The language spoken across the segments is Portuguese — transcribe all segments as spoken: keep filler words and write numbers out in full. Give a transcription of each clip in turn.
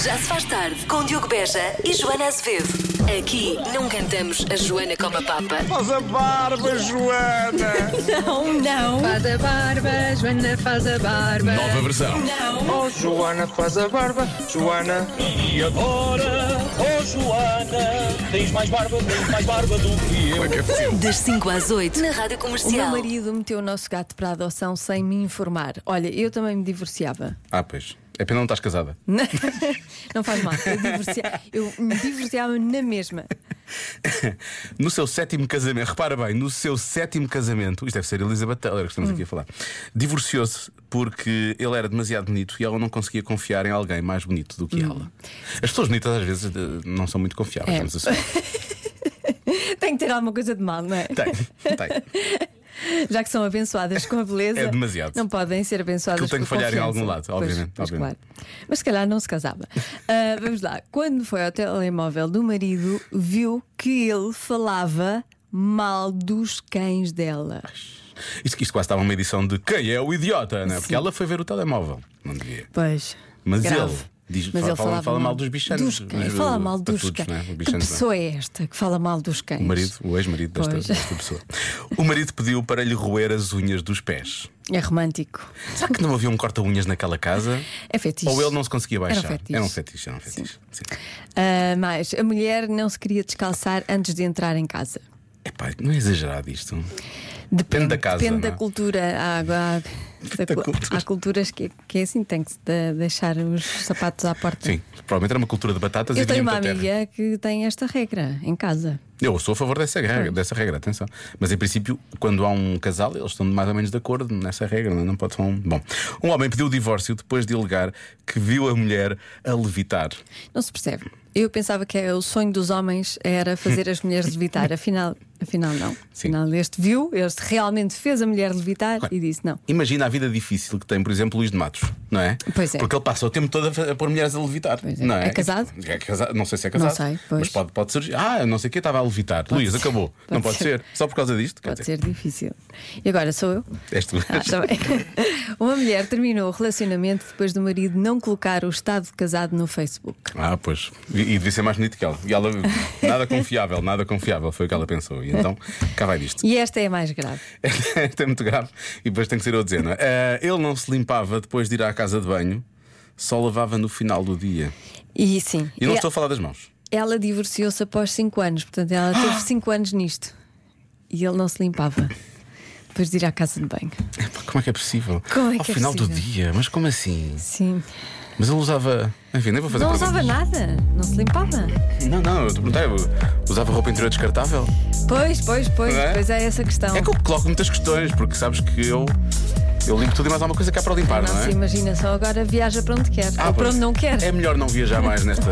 Já se faz tarde com Diogo Beja e Joana Azevedo. Aqui não cantamos a Joana como a Papa. Faz a barba, Joana! Não, não. Faz a barba, Joana faz a barba. Nova versão. Oh, Joana, faz a barba, Joana. E agora, oh Joana, tens mais barba, tens mais barba do que eu. Como é que é possível? Das cinco às oito na Rádio O meu Comercial. marido meteu o nosso gato para a adoção sem me informar. Olha, eu também me divorciava. Ah, pois. É pena não estás casada. Não faz mal, eu, divorcia... eu me divorciava na mesma. No seu sétimo casamento, repara bem, no seu sétimo casamento, isto deve ser Elizabeth Taylor que estamos hum. aqui a falar, divorciou-se porque ele era demasiado bonito e ela não conseguia confiar em alguém mais bonito do que hum. ela. As pessoas bonitas às vezes não são muito confiáveis, É. vamos assim. Tem que ter alguma coisa de mal, não é? Tem, tem. Já que são abençoadas com a beleza, É demasiado. não podem ser abençoadas Aquilo tem com que falhar em confiança. algum lado, Pois, obviamente, pois, obviamente. claro. Mas se calhar não se casava. Ah, vamos lá. Quando foi ao telemóvel do marido, viu que ele falava mal dos cães dela. Isto, isto quase estava uma edição de Quem é o idiota, não é? Porque Sim. ela foi ver o telemóvel, não devia. Pois. Mas grave. ele diz, Mas fala, ele falava fala mal dos bichanos. dos cães. Mas, Fala uh, mal dos patudos, cães. não é? Os Que bichanos, não é? pessoa é esta que fala mal dos cães? O marido, o ex-marido desta, Pois. desta pessoa. O marido pediu para lhe roer as unhas dos pés. É romântico. Será que não havia um corta-unhas naquela casa? É fetiche. Ou ele não se conseguia baixar? Era um fetiche. Era um fetiche, era um fetiche. Sim. Ah, mas a mulher não se queria descalçar antes de entrar em casa. Epá, não é exagerado isto. Depende da casa, Depende não é? da cultura. Há, há, há, da cultura. há culturas que, que é assim, tem que se de- deixar os sapatos à porta. Sim, provavelmente era uma cultura de batatas Eu e tenho vinha uma muita terra. amiga que tem esta regra em casa. Eu sou a favor dessa regra, dessa regra, atenção. Mas em princípio, quando há um casal, eles estão mais ou menos de acordo nessa regra, não, é? Não pode ser um. Bom, um homem pediu o divórcio depois de alegar que viu a mulher a levitar. Não se percebe. Eu pensava que o sonho dos homens era fazer as mulheres levitar. Afinal, afinal não. Sim. Afinal, este viu, este realmente fez a mulher levitar e disse não. Imagina a vida difícil que tem, por exemplo, Luís de Matos, não é? Pois é. Porque ele passa o tempo todo a, a pôr mulheres a levitar. Pois é. Não é? É casado? É casado? Não sei se é casado. Não sei, pois. Mas pode, pode surgir. Ah, não sei o que, estava a levitar. Luís, ser. acabou. Pode não pode ser. ser. Só por causa disto? Quer Pode dizer, ser difícil. E agora sou eu? és tu. Ah, tá bem. Uma mulher terminou o relacionamento depois do marido não colocar o estado de casado no Facebook. Ah, pois. E, e devia ser mais bonito que ela. E ela, nada confiável, nada confiável, foi o que ela pensou. E então, cá vai disto. E esta é a mais grave. Isto é muito grave e depois tem que ser eu a dizer, não é? Ah, ele não se limpava depois de ir à casa de banho, só lavava no final do dia. E sim. E não e estou a falar das mãos. Ela divorciou-se após cinco anos. Portanto, ela teve cinco anos nisto. E ele não se limpava depois de ir à casa de banho. Epá, como é que é possível? Como é Ao que é final do possível? dia, mas como assim? Sim. Mas ele usava. Enfim, nem vou fazer Não usava perguntas. nada. Não se limpava. Não, não, eu te perguntei, eu usava roupa interior descartável. Pois, pois, pois. Não é? Pois é essa questão. É que eu coloco muitas questões, porque sabes que eu Eu limpo tudo e mais alguma coisa que há para limpar, não, Não é? se imagina, só agora viaja para onde quer. Ah, ou para pois. onde não quer. É melhor não viajar mais nesta.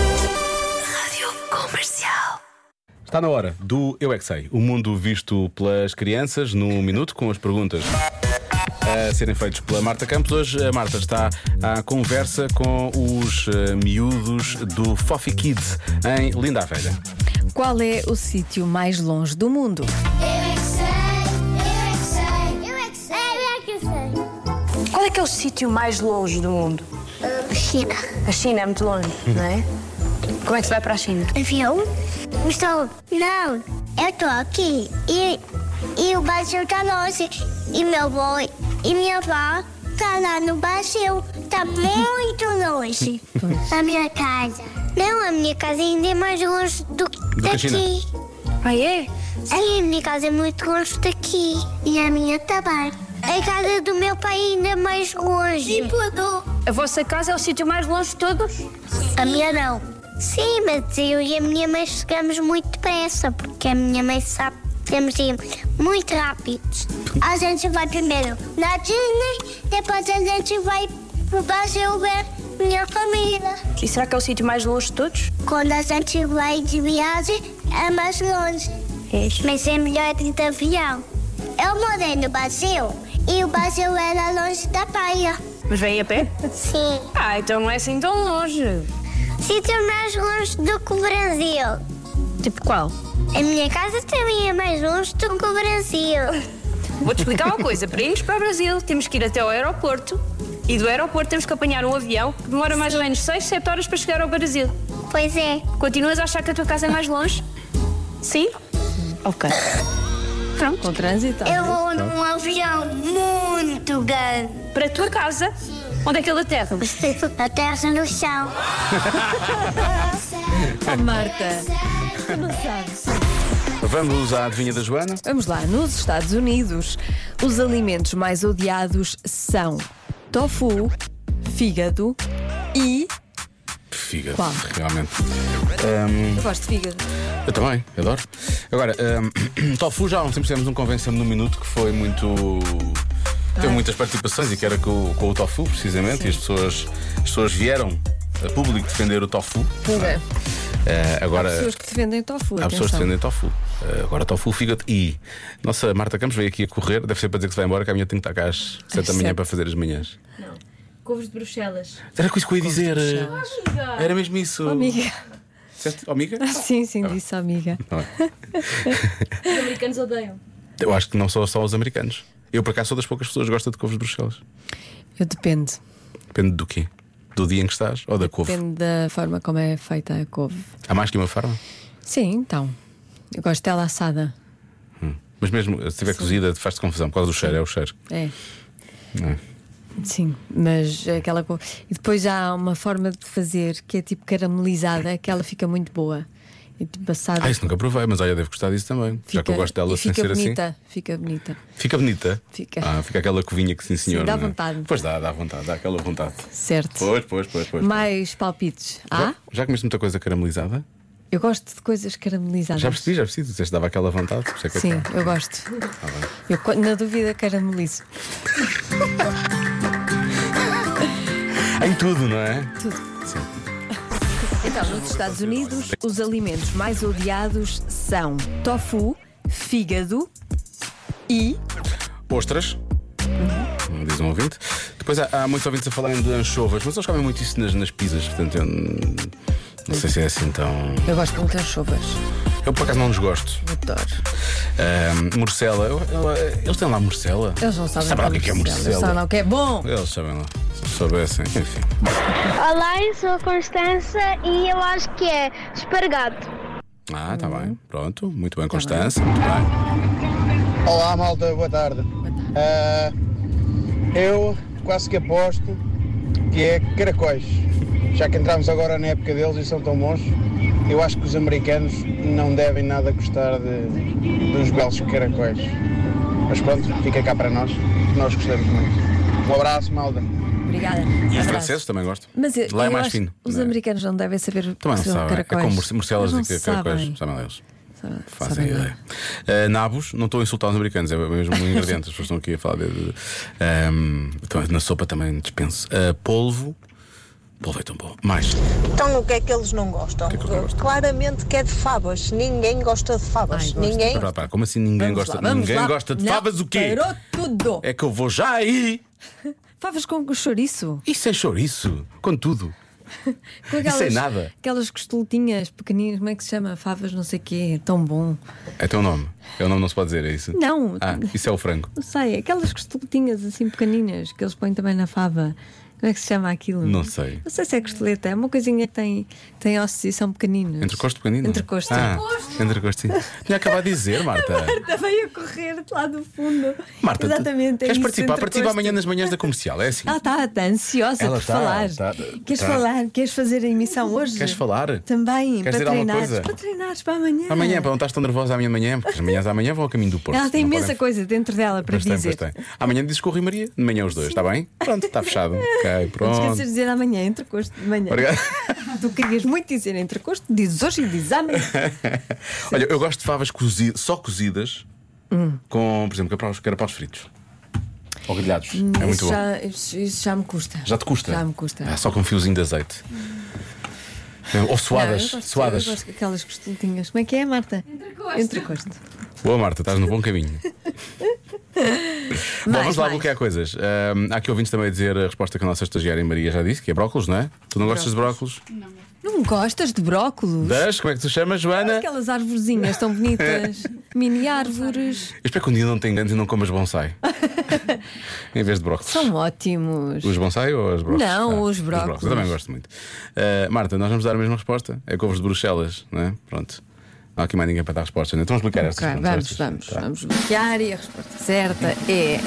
Rádio Comercial. Está na hora do Eu É Que Sei, o mundo visto pelas crianças no minuto, com as perguntas a serem feitas pela Marta Campos. Hoje a Marta está à conversa com os eh, miúdos do Fofi Kids em Linda a Velha. Qual é o sítio mais longe do mundo? Eu é que sei, eu é que sei, eu é que sei, eu é que sei. Qual é que é o sítio mais longe do mundo? Uh, China. A China é muito longe, não é? Como é que se vai para a China? Avião? Estou. Não, eu estou aqui e, e o Brasil está longe. E meu avô e minha avó tá lá no Brasil. Tá muito longe. A minha casa. Não, a minha casa ainda é mais longe do que que a China? daqui. Ah, é? A minha casa é muito longe daqui. E a minha também. A casa do meu pai ainda é mais longe. E tudo. A vossa casa é o sítio mais longe de todos? A minha não. Sim, mas eu e a minha mãe chegamos muito depressa, porque a minha mãe sabe que temos de ir muito rápidos. A gente vai primeiro na Disney, depois a gente vai pro Brasil ver minha família. E será que é o sítio mais longe de todos? Quando a gente vai de viagem, é mais longe. É. Mas é melhor ir de avião. Eu morei no Brasil e o Brasil era longe da praia. Mas vem a pé? Sim. Ah, então não é assim tão longe. Sítio mais longe do que o Brasil. Tipo qual? A minha casa também é mais longe do que o Brasil. Vou-te explicar uma coisa. Para irmos para o Brasil, temos que ir até ao aeroporto E do aeroporto temos que apanhar um avião que demora mais ou menos seis, sete horas para chegar ao Brasil. Pois é. Continuas a achar que a tua casa é mais longe? Sim? Ok. Pronto. Com trânsito? Eu vou num avião muito grande. Para a tua casa, onde é que ele aterra? Aterra no chão. Oh, Marta, tu não sabes. Vamos à adivinha da Joana? Vamos lá, nos Estados Unidos, os alimentos mais odiados são tofu, fígado e. Fígado, Qual? realmente. Ahm, Eu gosto de fígado. eu também, adoro. Agora, ahm, tofu já há uns tempos tivemos um convença-me no minuto que foi muito. Teve muitas participações e que era com, com o tofu, precisamente, e as pessoas, as pessoas vieram a público defender o tofu. Pois é. Ah, agora, Há pessoas que defendem tofu. há pessoas que atenção. defendem tofu. Ah, agora tofu, fígado e. Nossa Marta Campos veio aqui a correr, deve ser para dizer que se vai embora, que a minha tem que estar cá às sete da manhã sete. para fazer as manhãs. Couves de Bruxelas. Era com isso que eu ia dizer. Era mesmo isso. Oh, amiga. Certo? Oh, amiga? Sim, sim, disse amiga. Não é? Os americanos odeiam. Eu acho que não são só os americanos. Eu, por acaso, sou das poucas pessoas que gostam de couves de Bruxelas. Eu depende. Depende do quê? Do dia em que estás ou da couve? Depende da forma como é feita a couve. Há mais que uma forma? Sim, então. Eu gosto dela assada. Hum. Mas mesmo se estiver cozida, faz-te confusão por causa do cheiro, é o cheiro. É. Não é? Sim, mas aquela couve. E depois há uma forma de fazer que é tipo caramelizada, que ela fica muito boa. E tipo assada. Ah, isso nunca provei, mas olha, devo gostar disso também. Já que eu gosto dela e sem fica ser bonita, assim. Fica bonita. Fica bonita? Fica. Ah, fica aquela covinha que sim, senhor. Sim, dá não é? vontade. Pois dá, dá vontade, dá aquela vontade. Certo. Pois, pois, pois, pois. Mais palpites. Já, Ah? já comeste muita coisa caramelizada? Eu gosto de coisas caramelizadas. Já percebi, já percebi. Tu disseste que dava aquela vontade. Por isso é que Sim, eu... eu gosto. Tá bem. Eu, co- na dúvida, caramelizo. Em tudo, não é? Tudo. Sim. Então, nos Estados Unidos, os alimentos mais odiados são tofu, fígado e. Ostras. Uhum. Diz um ouvinte. Depois há, há muitos ouvintes a falarem de anchovas, mas eles comem muito isso nas, nas pizzas, portanto eu n- não sei se é assim tão. Eu gosto muito de anchovas. Eu por acaso não os gosto. Adoro. Ahm, morcela, eu- eu- eles têm lá morcela? Eles não sabem Sabem lá o que é que é Eles morcela. sabem lá o que é bom. Eles sabem lá. Se soubessem, enfim. Olá, eu sou a Constança e eu acho que é espargato. Ah, está bem. Pronto. Muito bem, Constância. Muito bem. Olá malta, boa tarde. Ah, eu quase que aposto que é caracóis. Já que entramos agora na época deles e são tão bons, eu acho que os americanos não devem nada gostar de, dos belos caracóis. Mas pronto, fica cá para nós, que nós gostamos muito. Um abraço, malta. Obrigada. E os Abraço. franceses também gostam. Mas eu, Lá é eu mais acho fino. que Os não é? americanos não devem saber o Também que não são sabem. É caracóis. como morce- morcelas Eles e não que caracóis. sabem. Sabem eles. Sabem- Fazem sabem ideia. Uh, nabos, não estou a insultar os americanos, é mesmo um ingrediente. As pessoas estão aqui a falar de. de um, então, na sopa também dispenso. Uh, polvo. Polvo é tão bom. Mais. Então o que é que eles não gostam? que é que eles não gostam? Claramente que é de favas. Ninguém gosta de favas. Ai, gosto. Ninguém. Para, para, como assim ninguém Vamos gosta? lá, vamos ninguém lá. gosta de Não, favas o quê? Parou tudo. É que eu vou já aí. Favas com chouriço. Isso é chouriço. Com tudo. Com Isso é nada. Aquelas costeletinhas pequeninas, como é que se chama? Favas, não sei o quê, é tão bom. É teu nome. É o nome, não se pode dizer, é isso? Não. Ah, isso é o frango. Não sei, aquelas costeletinhas assim pequeninas que eles põem também na fava. Como é que se chama aquilo? Não sei. Não sei se é costeleta, é uma coisinha que tem, tem ossos e são pequeninas. Entrecosto pequenino? Entrecosto. Ah, entrecosto, sim. Tinha acabado de dizer, Marta. Marta veio a correr de lá do fundo. Marta, tu- exatamente. é queres isso, participar? entrecosto. Participa amanhã nas manhãs da comercial, é assim. Ela está tá ansiosa Ela por tá, falar. tá, Queres tá. falar? Queres fazer a emissão hoje? Queres falar? Também, Queres para dizer alguma treinares. coisa? Para treinares para amanhã. Amanhã, para não estás tão nervosa amanhã de manhã, porque as manhãs amanhã vão ao caminho do Porto. Ela tem Não imensa podem- coisa dentro dela para Pois tem, dizer. pois tem. Amanhã dizes com o Rui Maria, de manhã os dois, está bem? Pronto, está fechado. Ok, Não te pronto. esqueças de dizer amanhã, entrecosto de manhã. Obrigado. Tu querias muito dizer entrecosto, dizes hoje e dizes amanhã. Olha, eu gosto de favas cozi- só cozidas Hum. com, por exemplo, carapaus, carapaus fritos. Ou grelhados. é muito isso, bom. já, isso, isso já me custa. Já te custa? Já me custa. Ah, só com um fiozinho de azeite. Ou suadas. Não, eu gosto, suadas. Eu gosto daquelas costeletinhas. Como é que é, Marta? Entrecosto. Entrecosto. Boa, Marta, estás no bom caminho. Bom, Mais, vamos lá mais. bloquear coisas. Ahm, há aqui ouvintes também a dizer a resposta que a nossa estagiária Maria já disse, que é brócolos, não é? Tu não gostas de brócolos? Não gostas de brócolos? Das? Como é que tu chamas, Joana? Aquelas arvorezinhas tão bonitas. mini árvores. Eu espero que um dia não tenhas e não comas bonsai. Em vez de brócolis. São ótimos. Os bonsai ou os brócolis? Não, ah, os brócolis. Eu também gosto muito. Uh, Marta, nós vamos dar a mesma resposta. É couves de Bruxelas, não é? Pronto. Não há aqui mais ninguém para dar resposta. Então vamos explicar okay, estas. Vamos, estas. vamos, Tá. vamos bloquear e a resposta certa é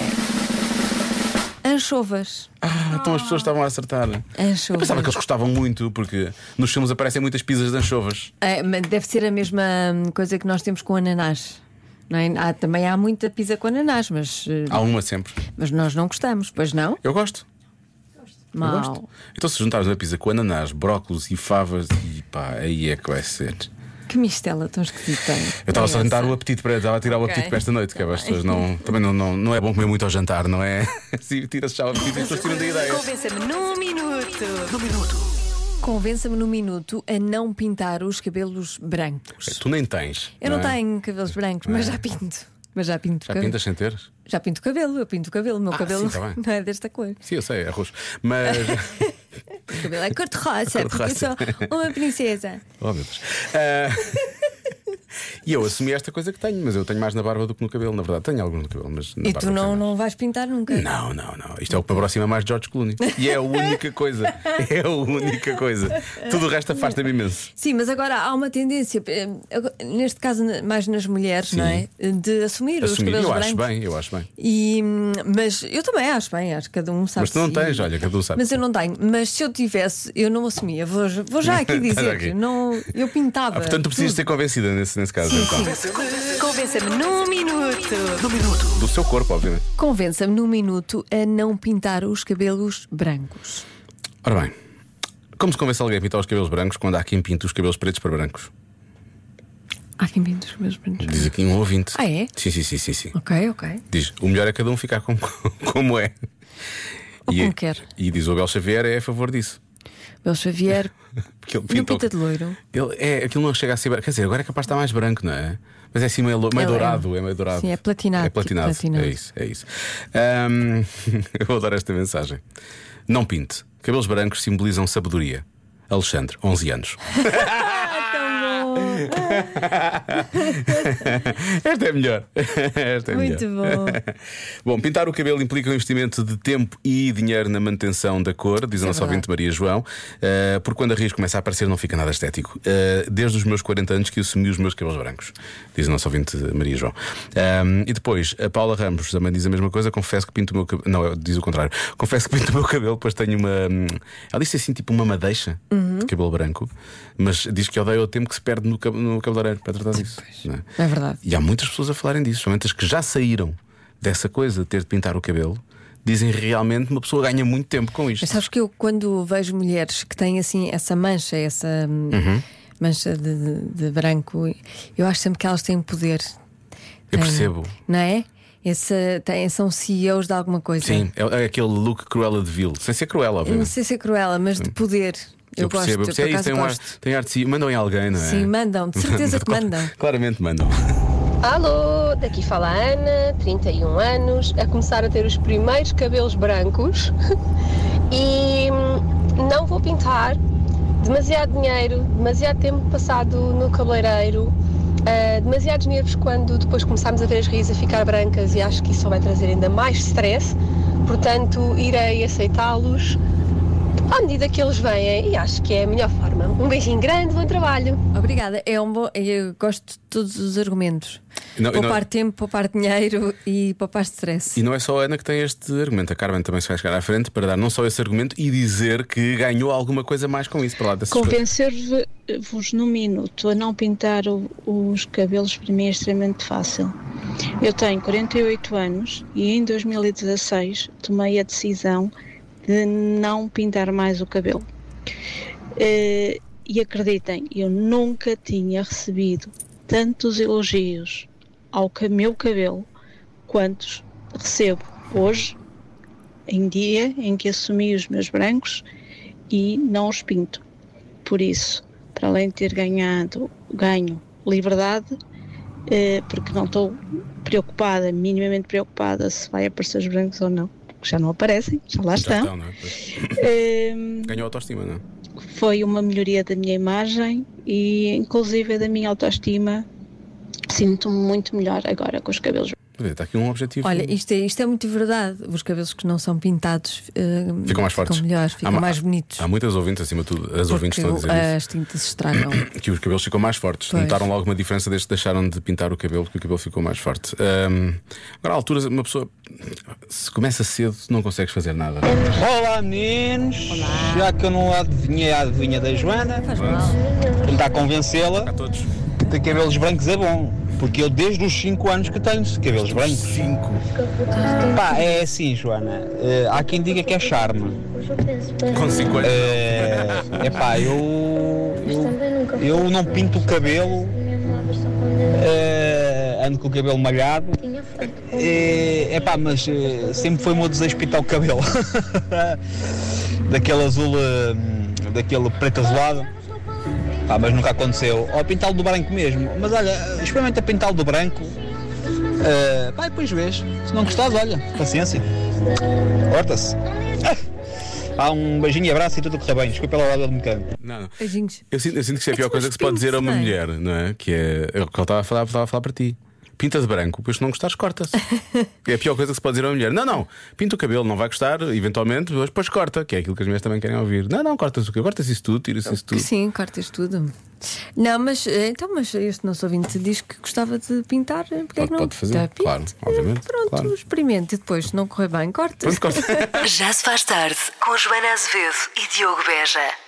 anchovas. Ah, então as pessoas estavam a acertar. Anchovas. Eu pensava que eles gostavam muito, porque nos filmes aparecem muitas pizzas de anchovas. É, mas deve ser a mesma coisa que nós temos com ananás. Não é? Há, também há muita pizza com ananás, mas. Há uma sempre. Mas nós não gostamos, pois não? Eu gosto. Mal. Eu gosto. Então se juntares uma pizza com ananás, brócolis e favas, e pá, aí é que vai ser. Que mistela tão esquisita. Eu estava só a tentar o apetite para, estava a tirar okay. o apetite para esta noite, que é, as pessoas não. Também não, não, não é bom comer muito ao jantar, não é? Sim, tira-se já o apetite e as pessoas tiram da ideia. Convença-me num minuto. Num minuto. Convença-me num minuto a não pintar os cabelos brancos. Tu nem tens. Eu não, não é? tenho cabelos brancos, mas já pinto. Mas já pinto Já cabelo. pintas sem teres? Já pinto o cabelo, eu pinto o cabelo. O meu ah, cabelo sim, tá não é desta cor. Sim, eu sei, é roxo. Mas. O cabelo é cor-de-rosa, porque eu sou uma princesa. Oh, meu Deus. Uh... E eu assumi esta coisa que tenho, mas eu tenho mais na barba do que no cabelo, na verdade. Tenho alguns no cabelo, mas na E barba tu não, tenho não vais pintar nunca? Não, não, não. Isto é o que me aproxima mais de George Clooney. E é a única coisa. É a única coisa. Tudo o resto afasta-me imenso. Sim, mas agora há uma tendência, neste caso mais nas mulheres, Sim. não é? De assumir, assumir. os cabelos eu brancos. acho bem, eu acho bem. E, mas eu também acho bem, acho que cada um sabe. Mas tu não se... tens, olha, cada um sabe. Mas eu não tenho. Mas se eu tivesse, eu não assumia. Vou, vou já aqui dizer aqui. Não, eu pintava. Ah, portanto, tu precisas tudo. ser convencida nesse, nesse caso. Sim, então. sim. Convença-me num minuto. Num minuto. Do seu corpo, obviamente. Convença-me num minuto a não pintar os cabelos brancos. Ora bem, como se convence alguém a pintar os cabelos brancos quando há quem pinta os cabelos pretos para brancos? Há quem pinta os cabelos brancos. Diz aqui um ouvinte. Ah, é? Sim, sim, sim, sim, sim. Ok, ok. Diz, o melhor é cada um ficar como, como é. Ou e, como quer. E diz o Abel Xavier é a favor disso. Abel Xavier Porque ele não pinta, pinta de loiro. Ele, é, aquilo não chega a ser branco. Quer dizer, agora é capaz de estar mais branco, não é? Mas é assim meio, meio É, dourado, é meio dourado. Sim, é platinado, É platinado, tipo platinado. é isso, é isso. Ahm, eu vou dar esta mensagem. Não pinte. Cabelos brancos simbolizam sabedoria. Alexandre, onze anos. Esta é melhor. Esta é Muito melhor. bom. Bom, pintar o cabelo implica um investimento de tempo e dinheiro na manutenção da cor, diz a nossa ouvinte Maria João, uh, porque quando a raiz começa a aparecer não fica nada estético. Uh, desde os meus quarenta anos que assumi os meus cabelos brancos, diz a nossa ouvinte Maria João. Um, e depois, a Paula Ramos também diz a mesma coisa. Confesso que pinto o meu cabelo. Não, diz o contrário. Confesso que pinto o meu cabelo, pois tenho uma. Ela disse assim, tipo uma madeixa uhum. de cabelo branco, mas diz que odeia o tempo que se perde no, cab no cabeleireiro para tratar disso. Não é? É verdade. E há muitas pessoas a falarem disso, somente as que já saíram dessa coisa de ter de pintar o cabelo. Dizem realmente que uma pessoa ganha muito tempo com isto. Mas sabes que eu, quando vejo mulheres que têm assim essa mancha, essa uhum. mancha de, de, de branco, eu acho sempre que elas têm poder. Eu Têm, percebo. Não é? Esse, tem, são C E Os de alguma coisa. Sim, é, é aquele look Cruella de Vil. Sem ser Cruella, obviamente. Não sei se é Cruella, mas de poder. Eu, Eu gosto, percebo, eu percebo. por É isso, tem, um ar, gosto. tem arte de si. Mandam em alguém, não é? Sim, mandam, de certeza que mandam. Claramente mandam. Alô, daqui fala a Ana, trinta e um anos, a começar a ter os primeiros cabelos brancos e não vou pintar. Demasiado dinheiro, demasiado tempo passado no cabeleireiro, uh, demasiados nervos quando depois começarmos a ver as raízes a ficar brancas e acho que isso só vai trazer ainda mais stress. Portanto, irei aceitá-los à medida que eles vêm e acho que é a melhor forma. Um beijinho grande, bom trabalho. Obrigada, é um bom, eu gosto de todos os argumentos. Não, poupar não... tempo, poupar dinheiro e poupar stress. E não é só a Ana que tem este argumento. A Carmen também se vai chegar à frente para dar não só esse argumento e dizer que ganhou alguma coisa mais com isso. Para lá dessas Convencer-vos num minuto a não pintar o, os cabelos para mim é extremamente fácil. Eu tenho quarenta e oito anos e em dois mil e dezasseis tomei a decisão de não pintar mais o cabelo. Uh, e acreditem, eu nunca tinha recebido tantos elogios ao meu cabelo quantos recebo hoje, em dia em que assumi os meus brancos e não os pinto. Por isso, para além de ter ganhado, ganho liberdade, uh, porque não estou preocupada, minimamente preocupada se vai aparecer os brancos ou não. Já não aparecem, já lá estão. Já estão, não é? um, Ganhou autoestima, não é? Foi uma melhoria da minha imagem e inclusive da minha autoestima sinto-me muito melhor agora com os cabelos. Está aqui um objetivo. Olha, isto é, isto é muito verdade. Os cabelos que não são pintados uh, ficam mais fortes, ficam melhores, ficam há, mais bonitos. Há muitas ouvintes, acima de tudo, as Porque ouvintes estão a dizer as isso. tintas estragam. Que os cabelos ficam mais fortes. Pois. Notaram logo uma diferença desde que deixaram de pintar o cabelo, porque o cabelo ficou mais forte. Um, agora, à altura, uma pessoa se começa cedo, não consegues fazer nada. Olá, meninos. Olá. Já que eu não adivinhei a adivinha da Joana, faz mal. tentar convencê-la. A todos. Ter cabelos brancos é bom. Porque eu desde os cinco anos que tenho cabelos brancos. cinco Pá, é assim, Joana. Uh, há quem diga que é charme. Com cinco anos. É uh, pá, eu, eu. Eu não pinto o cabelo. Uh, ando com o cabelo malhado. É uh, pá, mas uh, sempre foi o meu desejo pintar o cabelo. Daquele azul. Uh, daquele preto azulado. Ah, mas nunca aconteceu. Ou pintá-lo do branco mesmo. Mas olha, experimenta pintá-lo do branco. Uh, pá, depois vês. Se não gostares, olha, paciência. Corta-se. Ah, um beijinho e abraço e tudo correr bem. Desculpa pela hora do mecânico. Não, não. Beijinhos. Eu sinto, eu sinto que isso é a pior coisa que se pode dizer a uma mulher, não é? Que é, é o que ela estava a falar, estava a falar para ti. Pinta de branco, depois se não gostares, corta-se. É a pior coisa que se pode dizer a uma mulher. Não, não, pinta o cabelo, não vai gostar, eventualmente, mas depois corta, que é aquilo que as mulheres também querem ouvir. Não, não, corta-se o cabelo, corta-se isso tudo, tira-se isso tudo. Sim, cortas tudo. Não, mas então, mas este nosso ouvinte diz que gostava de pintar. Porque Pode, é que não pode fazer, pinta? claro, obviamente. Pronto, claro. experimente e depois, se não correr bem, corta. Pronto, corta. Já se faz tarde com Joana Azevedo e Diogo Beja.